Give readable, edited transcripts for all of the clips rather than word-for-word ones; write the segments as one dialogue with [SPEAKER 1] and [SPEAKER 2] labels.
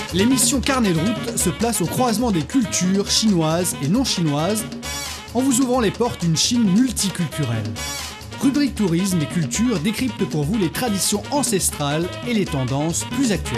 [SPEAKER 1] L'émission Carnet de route se place au croisement des cultures chinoises et non chinoises en vous ouvrant les portes d'une Chine multiculturelle. Rubrique tourisme et culture décrypte pour vous les traditions ancestrales et les tendances plus actuelles.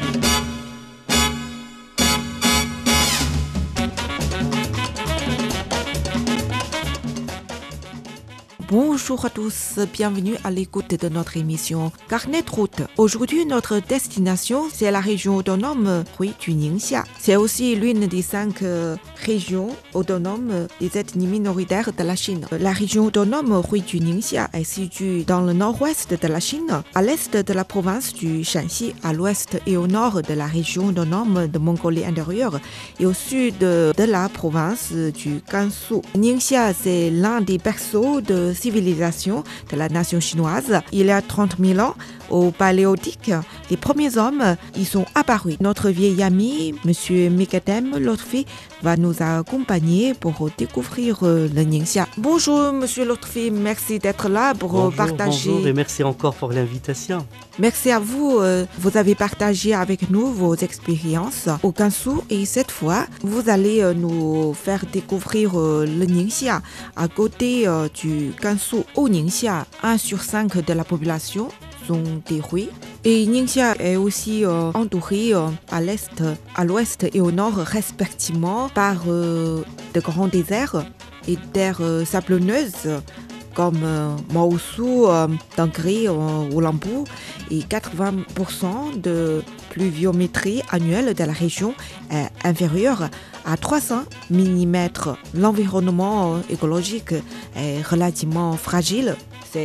[SPEAKER 2] Bonjour à tous, bienvenue à l'écoute de notre émission Carnet de route. Aujourd'hui, notre destination, c'est la région autonome Hui du Ningxia. C'est aussi l'une des 5 régions autonomes des ethnies minoritaires de la Chine. La région autonome Hui du Ningxia est située dans le nord-ouest de la Chine, à l'est de la province du Shanxi, à l'ouest et au nord de la région autonome de Mongolie intérieure et au sud de la province du Gansu. Ningxia, c'est l'un des berceaux de civilisation de la nation chinoise. Il y a 30 000 ans, au Paléolithique, les premiers hommes y sont apparus. Notre vieil ami, M. Mikatem Lotfi, va nous accompagner pour découvrir le Ningxia. Bonjour M. Lotfi, merci d'être là pour partager.
[SPEAKER 3] Bonjour et merci encore pour l'invitation.
[SPEAKER 2] Merci à vous. Vous avez partagé avec nous vos expériences au Gansu et cette fois, vous allez nous faire découvrir le Ningxia. À côté du Gansu au Ningxia, 1 sur 5 de la population sont des Hui. Et Ningxia est aussi entouré à l'est, à l'ouest et au nord respectivement par de grands déserts et terres sablonneuses comme Maosu, Dangri, Ulambu et 80% de pluviométrie annuelle de la région est inférieure à 300 mm. L'environnement écologique est relativement fragile.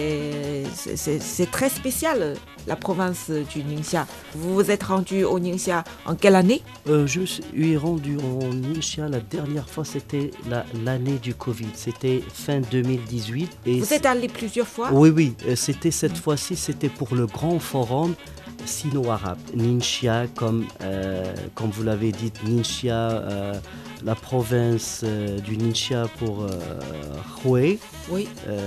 [SPEAKER 2] C'est très spécial, la province du Ningxia. Vous vous êtes rendu au Ningxia en quelle année?
[SPEAKER 3] Je suis rendu au Ningxia la dernière fois, c'était l'année du Covid. C'était fin 2018. Et
[SPEAKER 2] vous êtes allé plusieurs fois?
[SPEAKER 3] Oui. C'était cette fois-ci, c'était pour le grand forum sino-arabe. Ningxia, comme vous l'avez dit, Ningxia, la province du Ningxia pour Hui.
[SPEAKER 2] Oui.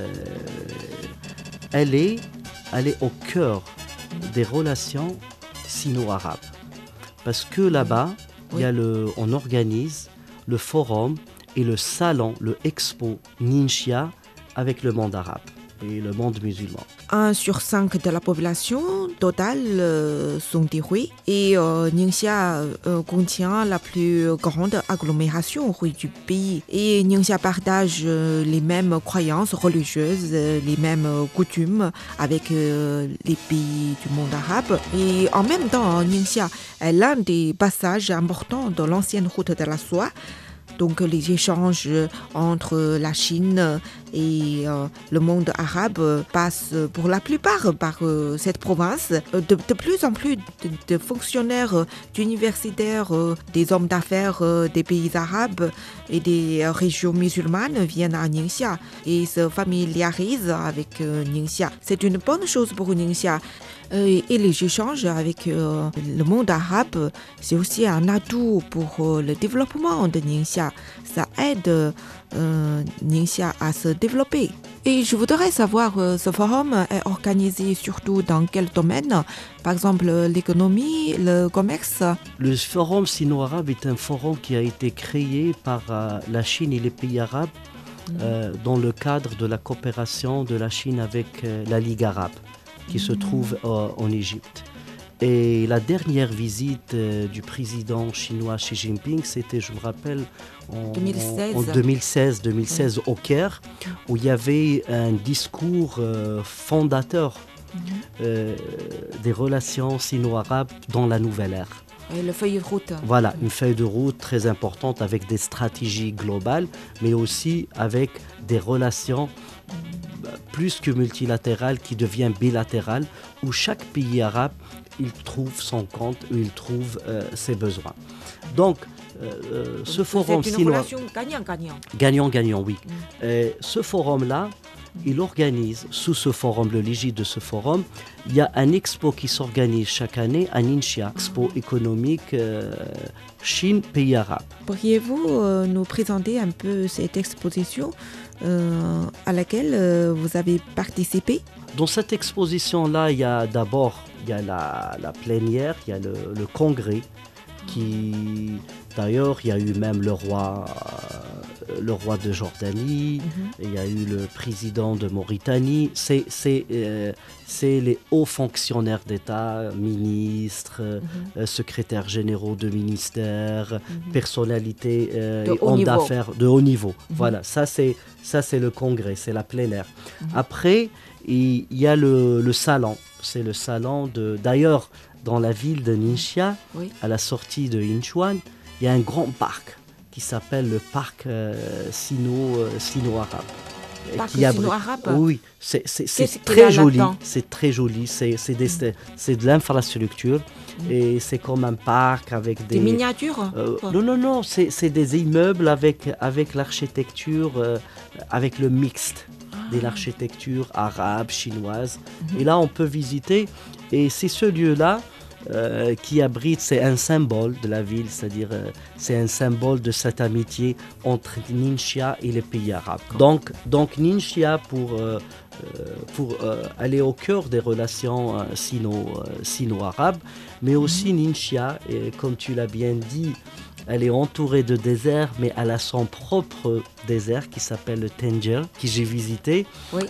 [SPEAKER 3] Elle est au cœur des relations sino-arabes. Parce que là-bas, on organise le forum et le salon, le expo Ningxia avec le monde arabe et le monde musulman.
[SPEAKER 2] 1 sur 5 de la population totale sont des Hui et Ningxia contient la plus grande agglomération Hui du pays. Et Ningxia partage les mêmes croyances religieuses, les mêmes coutumes avec les pays du monde arabe. Et en même temps, Ningxia est l'un des passages importants de l'ancienne route de la soie. Donc les échanges entre la Chine et le monde arabe passent pour la plupart par cette province. De plus en plus de fonctionnaires universitaires, des hommes d'affaires des pays arabes et des régions musulmanes viennent à Ningxia et se familiarisent avec Ningxia. C'est une bonne chose pour Ningxia. Et les échanges avec le monde arabe, c'est aussi un atout pour le développement de Ningxia. Ça aide Ningxia à se développer. Et je voudrais savoir, ce forum est organisé surtout dans quel domaine? Par exemple, l'économie, le commerce?
[SPEAKER 3] Le forum sino-arabe est un forum qui a été créé par la Chine et les pays arabes dans le cadre de la coopération de la Chine avec la Ligue arabe, qui se trouve en Égypte. Et la dernière visite du président chinois Xi Jinping, c'était, je me rappelle, en 2016 au Caire, où il y avait un discours fondateur des relations sino-arabes dans la nouvelle ère.
[SPEAKER 2] Et le feuille de route.
[SPEAKER 3] Voilà, une feuille de route très importante avec des stratégies globales, mais aussi avec des relations plus que multilatérales qui deviennent bilatérales, où chaque pays arabe il trouve son compte, où il trouve ses besoins. Donc, ce forum
[SPEAKER 2] c'est une relation gagnant-gagnant.
[SPEAKER 3] Gagnant-gagnant, oui. Ce forum-là, il organise, sous ce forum, le l'égide de ce forum, il y a un expo qui s'organise chaque année à Ningxia, expo économique Chine, pays arabes.
[SPEAKER 2] Pourriez-vous nous présenter un peu cette exposition à laquelle vous avez participé?
[SPEAKER 3] Dans cette exposition-là, il y a d'abord la plénière, il y a le congrès qui d'ailleurs il y a eu même le roi de Jordanie, il y a eu le président de Mauritanie, c'est les hauts fonctionnaires d'État, ministres, secrétaires généraux de ministères, personnalités et hommes d'affaires de haut niveau. Voilà, ça c'est le congrès, c'est la plénière. Après, il y a le salon, c'est le salon d'ailleurs dans la ville de Ningxia, à la sortie de Yinchuan, il y a un grand parc qui s'appelle le parc sino-arabe.
[SPEAKER 2] Parc sino-arabe.
[SPEAKER 3] Oui, c'est très joli. C'est très joli. C'est de l'infrastructure et c'est comme un parc avec
[SPEAKER 2] des miniatures.
[SPEAKER 3] Non, c'est des immeubles avec l'architecture, avec le mixte de l'architecture arabe, chinoise. Et là, on peut visiter. Et c'est ce lieu-là qui abrite, c'est un symbole de la ville, c'est-à-dire c'est un symbole de cette amitié entre Ningxia et les pays arabes. Donc Ningxia, pour aller au cœur des relations sino-arabes, mais aussi Ningxia, comme tu l'as bien dit, elle est entourée de déserts, mais elle a son propre désert qui s'appelle le Tanger, que j'ai visité.
[SPEAKER 2] Oui.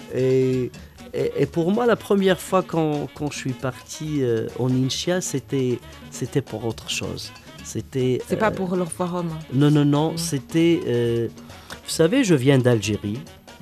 [SPEAKER 3] Et pour moi, la première fois quand je suis parti en Ningxia, c'était pour autre chose. C'est
[SPEAKER 2] pas pour le forum.
[SPEAKER 3] Non, c'était... vous savez, je viens d'Algérie.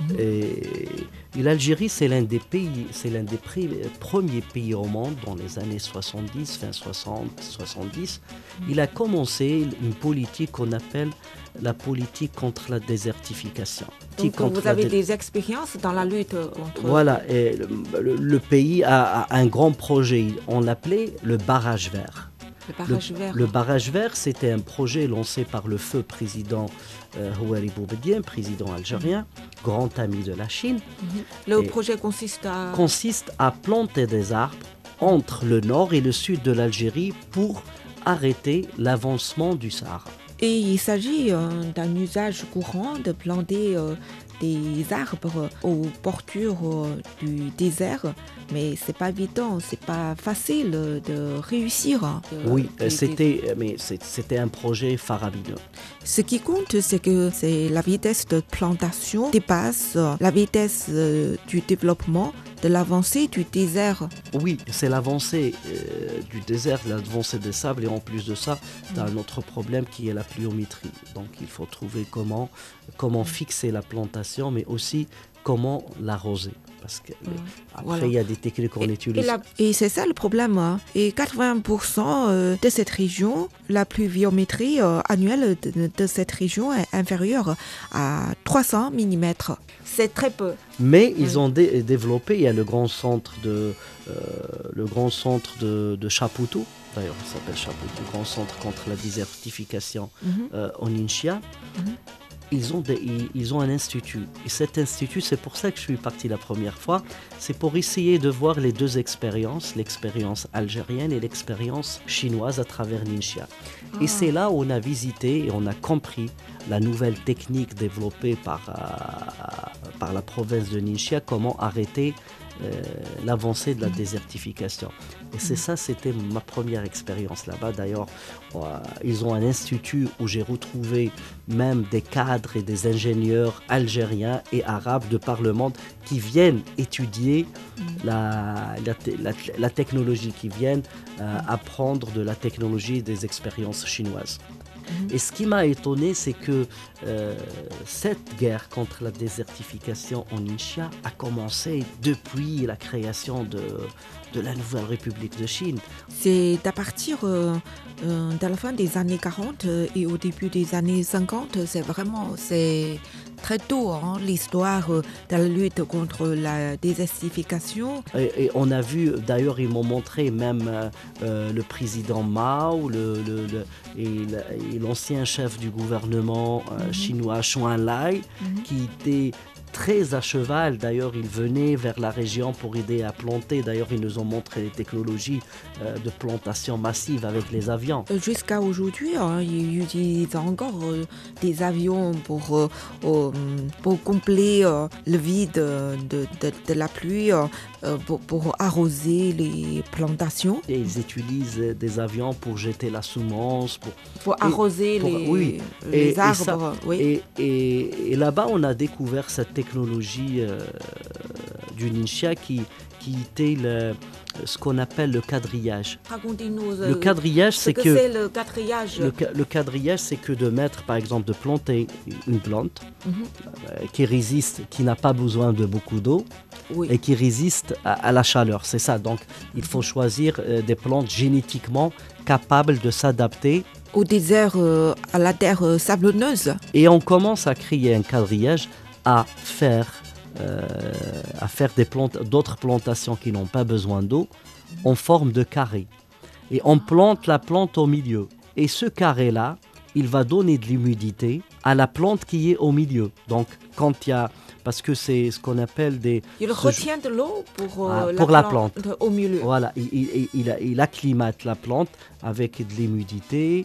[SPEAKER 3] Et l'Algérie, c'est l'un des premiers pays au monde dans les années 70, fin 60, 70. Il a commencé une politique qu'on appelle la politique contre la désertification.
[SPEAKER 2] Donc vous avez des expériences dans la lutte contre...
[SPEAKER 3] Voilà, et le pays a un grand projet, on l'appelait le barrage vert. Le barrage vert, c'était un projet lancé par le feu président Houari Boumediene, président algérien, grand ami de la Chine.
[SPEAKER 2] Le projet consiste
[SPEAKER 3] à planter des arbres entre le nord et le sud de l'Algérie pour arrêter l'avancement du Sahara.
[SPEAKER 2] Et il s'agit d'un usage courant de planter des arbres aux bordures du désert, mais c'est pas évident, c'est pas facile de réussir.
[SPEAKER 3] Oui, c'était un projet faramineux.
[SPEAKER 2] Ce qui compte, c'est que la vitesse de plantation dépasse la vitesse du développement, de l'avancée du désert.
[SPEAKER 3] Oui, c'est l'avancée du désert, l'avancée des sables, et en plus de ça, tu as un autre problème qui est la pluviométrie. Donc il faut trouver comment fixer la plantation, mais aussi comment l'arroser. Parce qu'après, il y a des techniques qu'on utilise.
[SPEAKER 2] Et c'est ça le problème. Hein. Et 80% de cette région, la pluviométrie annuelle de cette région est inférieure à 300 mm. C'est très peu.
[SPEAKER 3] Mais ils ont développé, il y a le grand centre de Chapoutou, d'ailleurs il s'appelle Chapoutou, le grand centre contre la désertification en Ningxia. Ils ont un institut. Et cet institut, c'est pour ça que je suis parti la première fois, c'est pour essayer de voir les deux expériences, l'expérience algérienne et l'expérience chinoise à travers Ningxia. Et c'est là où on a visité et on a compris la nouvelle technique développée par la province de Ningxia, comment arrêter l'avancée de la désertification. Et c'était ma première expérience là-bas. D'ailleurs, ils ont un institut où j'ai retrouvé même des cadres et des ingénieurs algériens et arabes de par le monde qui viennent étudier la technologie, qui viennent apprendre de la technologie et des expériences chinoises. Et ce qui m'a étonné, c'est que cette guerre contre la désertification en Ningxia a commencé depuis la création de la Nouvelle République de Chine.
[SPEAKER 2] C'est à partir de la fin des années 40 et au début des années 50, c'est très tôt, hein, l'histoire de la lutte contre la désertification.
[SPEAKER 3] Et on a vu, d'ailleurs, ils m'ont montré même le président Mao et l'ancien chef du gouvernement chinois, Chou Enlai, qui était très à cheval. D'ailleurs, ils venaient vers la région pour aider à planter. D'ailleurs, ils nous ont montré les technologies de plantation massive avec les avions.
[SPEAKER 2] Jusqu'à aujourd'hui, ils utilisent encore des avions pour combler le vide de la pluie, pour arroser les plantations.
[SPEAKER 3] Et ils utilisent des avions pour jeter la semence,
[SPEAKER 2] pour arroser les arbres.
[SPEAKER 3] Et là-bas, on a découvert cette technologie du Ningxia qui était ce qu'on appelle le quadrillage.
[SPEAKER 2] Racontez-nous
[SPEAKER 3] le quadrillage, c'est que
[SPEAKER 2] c'est le quadrillage.
[SPEAKER 3] Le quadrillage, c'est que de mettre, par exemple, de planter une plante qui résiste, qui n'a pas besoin de beaucoup d'eau et qui résiste à la chaleur. C'est ça. Donc, il faut choisir des plantes génétiquement capables de s'adapter
[SPEAKER 2] au désert, à la terre sablonneuse.
[SPEAKER 3] Et on commence à créer un quadrillage, à faire d'autres plantations qui n'ont pas besoin d'eau en forme de carré. Et on plante la plante au milieu. Et ce carré-là, il va donner de l'humidité à la plante qui est au milieu. Donc, quand il y a... Parce que c'est ce qu'on appelle des...
[SPEAKER 2] Il retient de l'eau pour
[SPEAKER 3] la plante
[SPEAKER 2] au milieu.
[SPEAKER 3] Voilà, il acclimate la plante avec de l'humidité,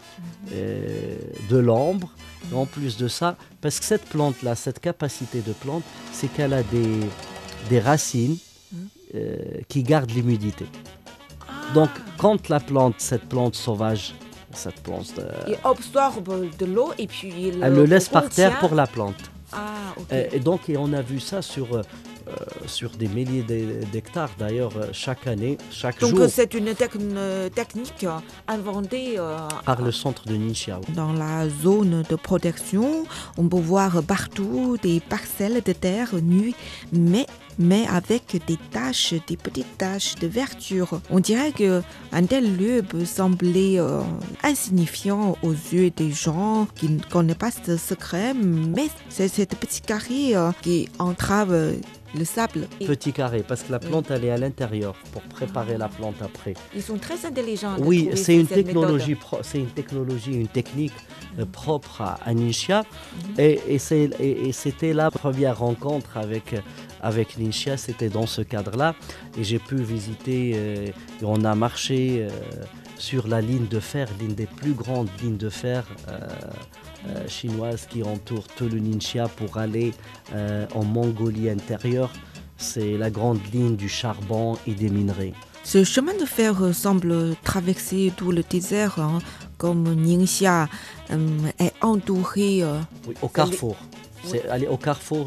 [SPEAKER 3] de l'ombre. Et en plus de ça, parce que cette plante-là, cette capacité de plante, c'est qu'elle a des racines qui gardent l'humidité. Donc, quand cette plante sauvage,
[SPEAKER 2] il absorbe de l'eau et puis
[SPEAKER 3] elle le laisse par terre pour la plante.
[SPEAKER 2] Ah, okay.
[SPEAKER 3] Et donc, on a vu ça sur des milliers d'hectares, d'ailleurs, chaque année, chaque jour.
[SPEAKER 2] Donc, c'est une technique inventée
[SPEAKER 3] par le centre de Ningxia.
[SPEAKER 2] Dans la zone de protection, on peut voir partout des parcelles de terre nues, mais avec des petites taches de verdure. On dirait qu'un tel lieu peut sembler insignifiant aux yeux des gens qui ne connaissent pas ce secret, mais c'est ce petit carré qui entrave le sable.
[SPEAKER 3] Petit carré, parce que la plante, elle est à l'intérieur pour préparer la plante après.
[SPEAKER 2] Ils sont très intelligents.
[SPEAKER 3] Oui, c'est une technologie, une technique propre à Ningxia. Et c'était la première rencontre avec Ningxia, c'était dans ce cadre-là. Et j'ai pu visiter, et on a marché sur la ligne de fer, l'une des plus grandes lignes de fer chinoises qui entoure tout le Ningxia pour aller en Mongolie intérieure. C'est la grande ligne du charbon et des minerais.
[SPEAKER 2] Ce chemin de fer semble traverser tout le désert, comme Ningxia est entouré...
[SPEAKER 3] Oui, au carrefour. C'est aller au carrefour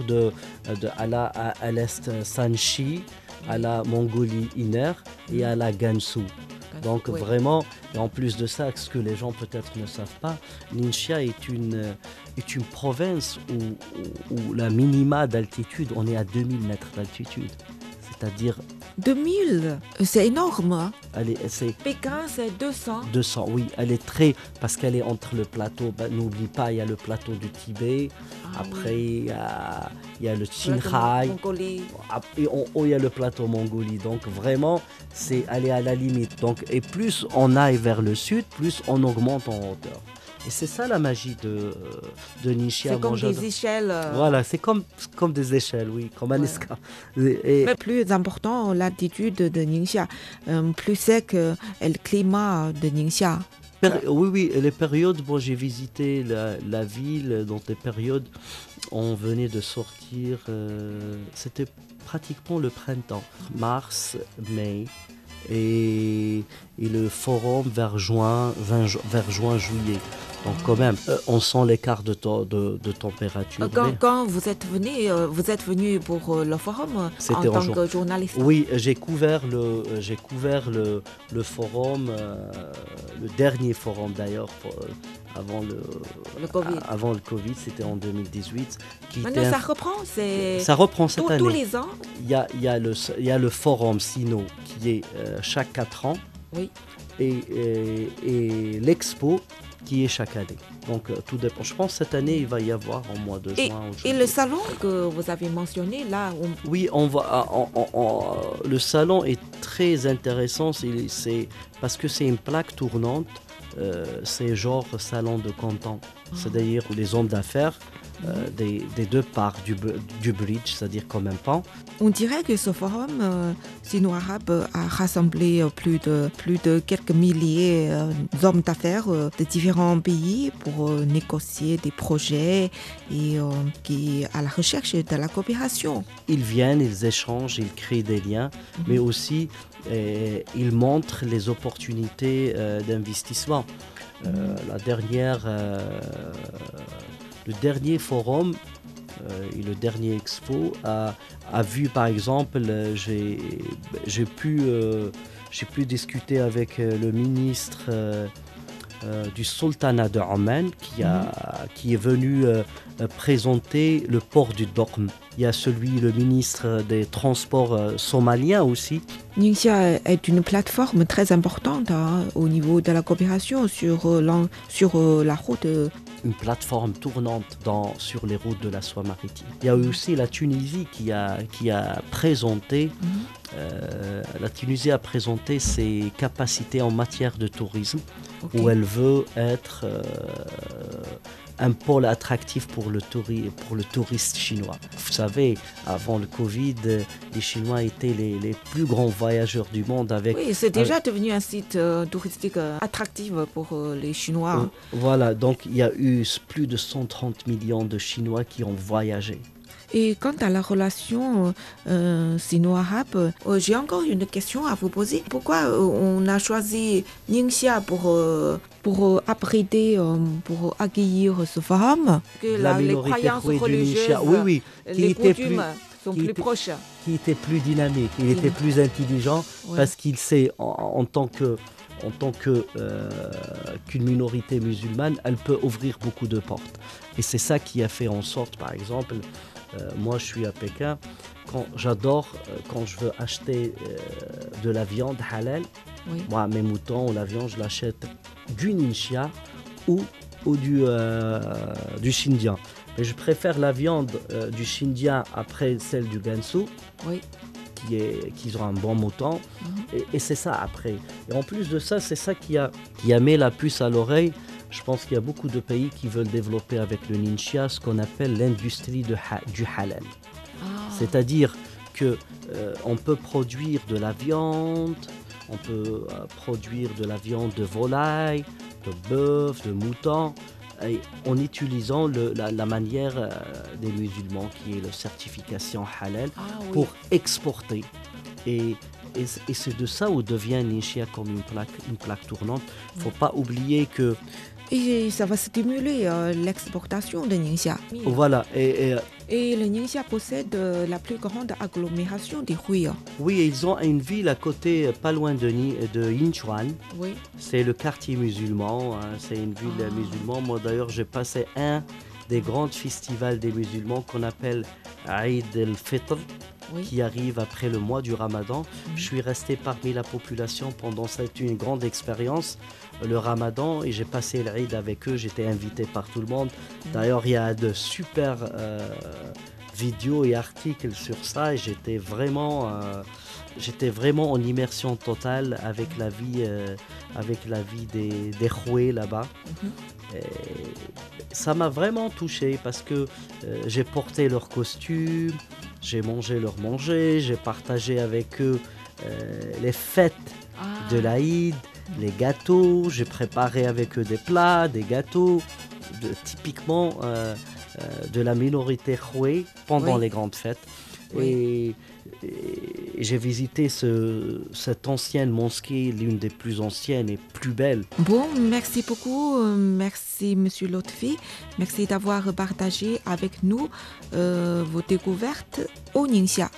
[SPEAKER 3] à l'est Shanxi, à la Mongolie Inner et à la Gansu. Donc vraiment, et en plus de ça, ce que les gens peut-être ne savent pas, Ningxia est une province où la minima d'altitude, on est à 2000 mètres d'altitude. C'est-à-dire...
[SPEAKER 2] 2000, c'est énorme. Pékin, c'est 200.
[SPEAKER 3] 200, oui. Elle est parce qu'elle est entre le plateau. N'oublie pas, il y a le plateau du Tibet. Après, il y a le Qinghai. Et il y a le plateau Mongolie. Donc vraiment, elle est à la limite. Donc, et plus on aille vers le sud, plus on augmente en hauteur. Et c'est ça la magie de Ningxia.
[SPEAKER 2] C'est comme des échelles.
[SPEAKER 3] Voilà, c'est comme des échelles, oui, comme un escalier.
[SPEAKER 2] Mais plus important, l'altitude de Ningxia, plus sec est le climat de Ningxia.
[SPEAKER 3] Oui, les périodes, j'ai visité la ville dans des périodes, on venait de sortir, c'était pratiquement le printemps, mars, mai. Et le forum vers juin, juillet. Donc quand même, on sent l'écart de température.
[SPEAKER 2] Quand vous êtes venu pour le forum en tant que journaliste.
[SPEAKER 3] Oui, j'ai couvert le forum, le dernier forum d'ailleurs, avant le Covid, c'était en 2018.
[SPEAKER 2] Maintenant, ça reprend.
[SPEAKER 3] Ça reprend cette année.
[SPEAKER 2] Tous les ans.
[SPEAKER 3] Il y a le forum Sino qui est chaque 4 ans.
[SPEAKER 2] Oui.
[SPEAKER 3] Et l'expo qui est chaque année. Donc tout dépend. Je pense que cette année, il va y avoir en mois de juin.
[SPEAKER 2] Et le salon que vous avez mentionné, là...
[SPEAKER 3] Oui, le salon est très intéressant. C'est parce que c'est une plaque tournante. C'est genre salon de canton. C'est-à-dire où les hommes d'affaires des deux parts du bridge, c'est-à-dire comme un pont.
[SPEAKER 2] On dirait que ce forum sino-arabe a rassemblé plus de quelques milliers d'hommes d'affaires de différents pays pour négocier des projets et qui à la recherche de la coopération.
[SPEAKER 3] Ils viennent, ils échangent, ils créent des liens, mais aussi ils montrent les opportunités d'investissement. Le dernier forum et le dernier expo a vu, par exemple, j'ai pu discuter avec le ministre du sultanat de Oman qui est venu présenter le port du Dokhm. Il y a le ministre des Transports somalien aussi.
[SPEAKER 2] Ningxia est une plateforme très importante au niveau de la coopération sur la route.
[SPEAKER 3] Une plateforme tournante sur les routes de la soie maritime. Il y a aussi la Tunisie qui a présenté la Tunisie a présenté ses capacités en matière de tourisme, où elle veut être un pôle attractif pour le touriste chinois. Vous savez, avant le Covid, les Chinois étaient les plus grands voyageurs du monde.
[SPEAKER 2] Oui, c'est déjà devenu un site touristique attractif pour les Chinois.
[SPEAKER 3] Voilà, donc il y a eu plus de 130 millions de Chinois qui ont voyagé.
[SPEAKER 2] Et quant à la relation sino-arabe, j'ai encore une question à vous poser. Pourquoi on a choisi Ningxia pour abriter, pour accueillir ce forum? Les croyances religieuses, les coutumes sont plus proches.
[SPEAKER 3] Qui était plus dynamique, il était plus intelligent, parce qu'il sait, en tant qu'une minorité musulmane, elle peut ouvrir beaucoup de portes. Et c'est ça qui a fait en sorte, par exemple, moi je suis à Pékin, j'adore quand je veux acheter de la viande halal, moi mes moutons ou la viande je l'achète du Ningxia ou du Xinjiang. Mais je préfère la viande du Xinjiang après celle du Gansu, qui ont un bon mouton, et c'est ça après. Et en plus de ça, c'est ça qui a mis la puce à l'oreille. Je pense qu'il y a beaucoup de pays qui veulent développer avec le Ningxia ce qu'on appelle l'industrie du halal. C'est-à-dire qu'on peut produire de la viande, on peut produire de la viande de volaille, de bœuf, de mouton, en utilisant la manière des musulmans qui est la certification halal pour exporter. Et c'est de ça où devient Ningxia comme une plaque tournante. Il ne faut pas oublier que...
[SPEAKER 2] Et ça va stimuler l'exportation de Ningxia.
[SPEAKER 3] Voilà.
[SPEAKER 2] Et le Ningxia possède la plus grande agglomération des Hui.
[SPEAKER 3] Oui, ils ont une ville à côté, pas loin de Yinchuan.
[SPEAKER 2] Oui.
[SPEAKER 3] C'est le quartier musulman, c'est une ville musulmane. Moi d'ailleurs, j'ai passé un des grands festivals des musulmans qu'on appelle Eid el-Fitr, qui arrive après le mois du Ramadan. Je suis resté parmi la population pendant cette une grande expérience, le Ramadan, et j'ai passé l'Eid avec eux. J'étais invité par tout le monde. D'ailleurs, il y a de super vidéos et articles sur ça, et j'étais vraiment en immersion totale avec la vie des Khoués là-bas. Ça m'a vraiment touché parce que j'ai porté leurs costumes, j'ai mangé leur manger, j'ai partagé avec eux les fêtes de l'Aïd, les gâteaux, j'ai préparé avec eux des plats, des gâteaux, typiquement de la minorité Khoué pendant les grandes fêtes. Et j'ai visité cette ancienne mosquée, l'une des plus anciennes et plus belles.
[SPEAKER 2] Bon, merci beaucoup. Merci, Monsieur Lotfi. Merci d'avoir partagé avec nous vos découvertes au Ningxia.